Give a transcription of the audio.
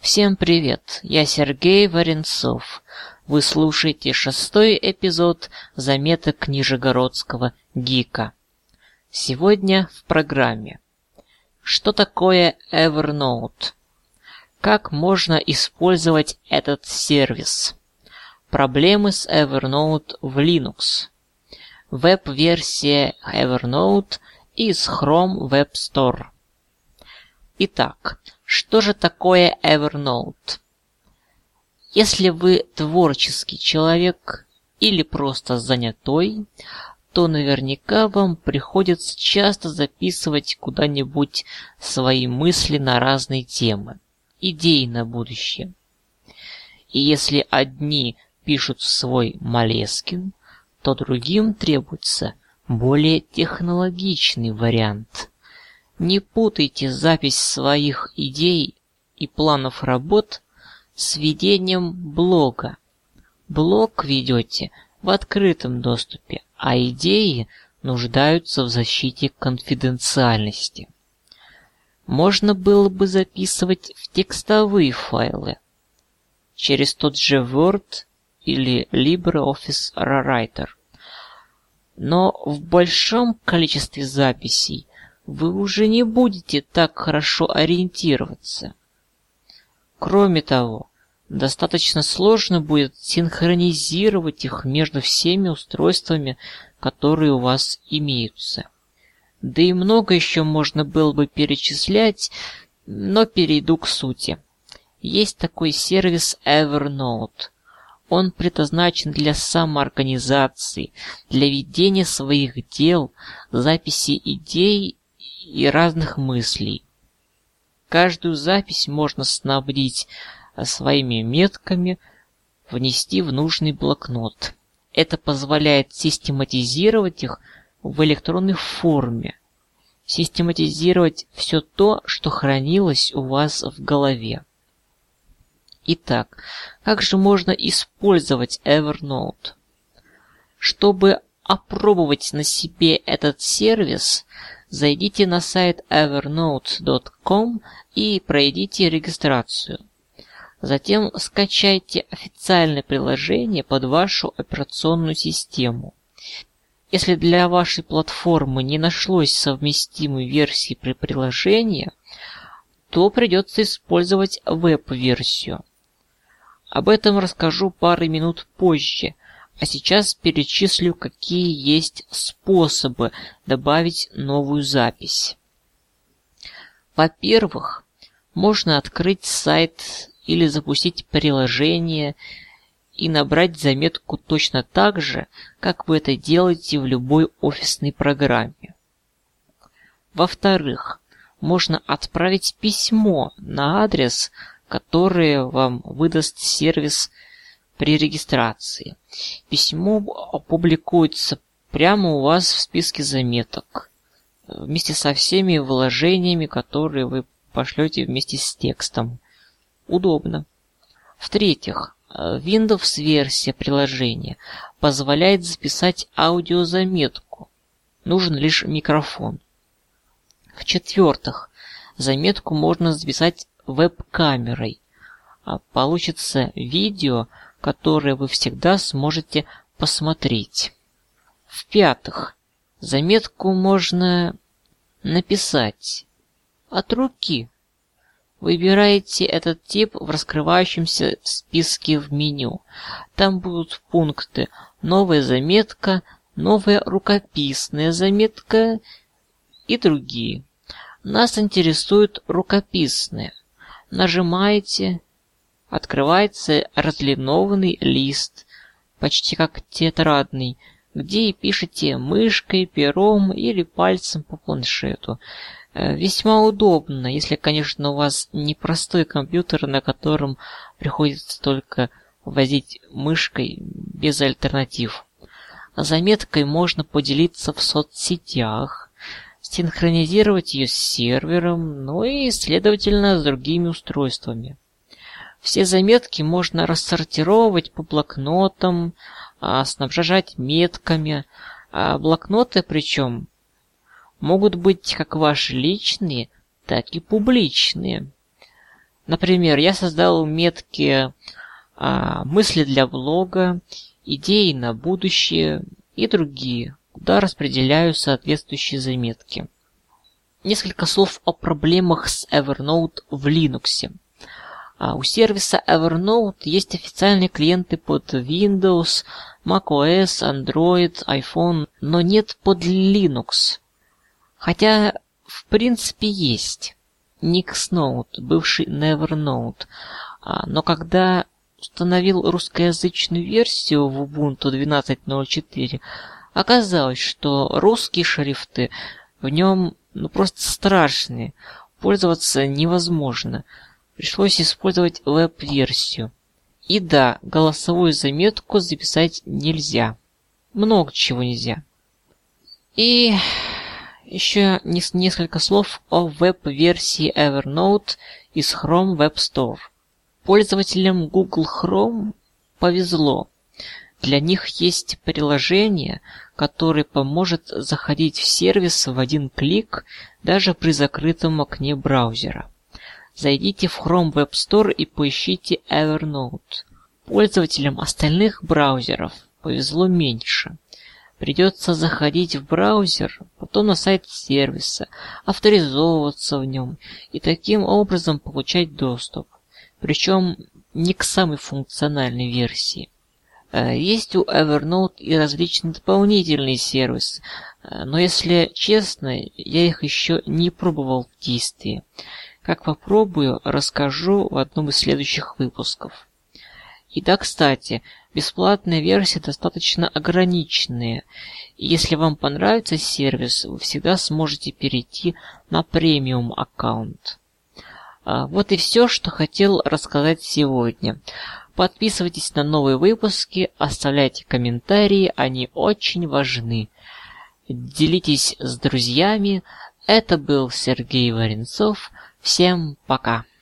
Всем привет, я Сергей Варенцов. Вы слушаете 6-й эпизод заметок Нижегородского ГИКа. Сегодня в программе. Что такое Evernote? Как можно использовать этот сервис? Проблемы с Evernote в Linux. Веб-версия Evernote из Chrome Web Store. Итак, что же такое Evernote? Если вы творческий человек или просто занятой, то наверняка вам приходится часто записывать куда-нибудь свои мысли на разные темы, идеи на будущее. И если одни пишут в свой Moleskine, то другим требуется более технологичный вариант. Не путайте запись своих идей и планов работ с ведением блога. Блог ведете в открытом доступе, а идеи нуждаются в защите конфиденциальности. Можно было бы записывать в текстовые файлы через тот же Word или LibreOffice Writer. Но в большом количестве записей вы уже не будете так хорошо ориентироваться. Кроме того, достаточно сложно будет синхронизировать их между всеми устройствами, которые у вас имеются. Да и много еще можно было бы перечислять, но перейду к сути. Есть такой сервис Evernote. Он предназначен для самоорганизации, для ведения своих дел, записи идей и разных мыслей. Каждую запись можно снабдить своими метками, внести в нужный блокнот. Это позволяет систематизировать их в электронной форме, систематизировать все то, что хранилось у вас в голове. Итак, как же можно использовать Evernote? Чтобы опробовать на себе этот сервис, зайдите на сайт evernote.com и пройдите регистрацию. Затем скачайте официальное приложение под вашу операционную систему. Если для вашей платформы не нашлось совместимой версии приложения, то придется использовать веб-версию. Об этом расскажу пару минут позже, а сейчас перечислю, какие есть способы добавить новую запись. Во-первых, можно открыть сайт или запустить приложение и набрать заметку точно так же, как вы это делаете в любой офисной программе. Во-вторых, можно отправить письмо на адрес, который вам выдаст сервис при регистрации. Письмо опубликуется прямо у вас в списке заметок, вместе со всеми вложениями, которые вы пошлете вместе с текстом. Удобно. В-третьих, Windows-версия приложения позволяет записать аудиозаметку. Нужен лишь микрофон. В-четвертых, заметку можно записать веб-камерой. Получится видео, которое вы всегда сможете посмотреть. В-пятых, заметку можно написать от руки. Выбираете этот тип в раскрывающемся списке в меню. Там будут пункты «Новая заметка», «Новая рукописная заметка» и другие. Нас интересует рукописная. Нажимаете, открывается разлинованный лист, почти как тетрадный, где и пишете мышкой, пером или пальцем по планшету. Весьма удобно, если, конечно, у вас не простой компьютер, на котором приходится только возить мышкой без альтернатив. Заметкой можно поделиться в соцсетях, синхронизировать ее с сервером, ну и, следовательно, с другими устройствами. Все заметки можно рассортировать по блокнотам, снабжать метками. Блокноты, причем, могут быть как ваши личные, так и публичные. Например, я создал метки мысли для блога, идеи на будущее и другие, куда распределяю соответствующие заметки. Несколько слов о проблемах с Evernote в Linux. У сервиса Evernote есть официальные клиенты под Windows, macOS, Android, iPhone, но нет под Linux. Хотя, в принципе, есть. Nixnote, бывший Nevernote. Но когда установил русскоязычную версию в Ubuntu 12.04, оказалось, что русские шрифты в нем просто страшные. Пользоваться невозможно. Пришлось использовать веб-версию. И да, голосовую заметку записать нельзя. Много чего нельзя. И еще несколько слов о веб-версии Evernote из Chrome Web Store. Пользователям Google Chrome повезло. Для них есть приложение, которое поможет заходить в сервис в один клик даже при закрытом окне браузера. Зайдите в Chrome Web Store и поищите Evernote. Пользователям остальных браузеров повезло меньше. Придется заходить в браузер, потом на сайт сервиса, авторизовываться в нем и таким образом получать доступ. Причем не к самой функциональной версии. Есть у Evernote и различные дополнительные сервисы, но если честно, я их еще не пробовал в действии. Как попробую, расскажу в одном из следующих выпусков. И да, кстати, бесплатная версия достаточно ограниченная. И если вам понравится сервис, вы всегда сможете перейти на премиум аккаунт. Вот и все, что хотел рассказать сегодня. Подписывайтесь на новые выпуски, оставляйте комментарии, они очень важны. Делитесь с друзьями. Это был Сергей Варенцов. Всем пока!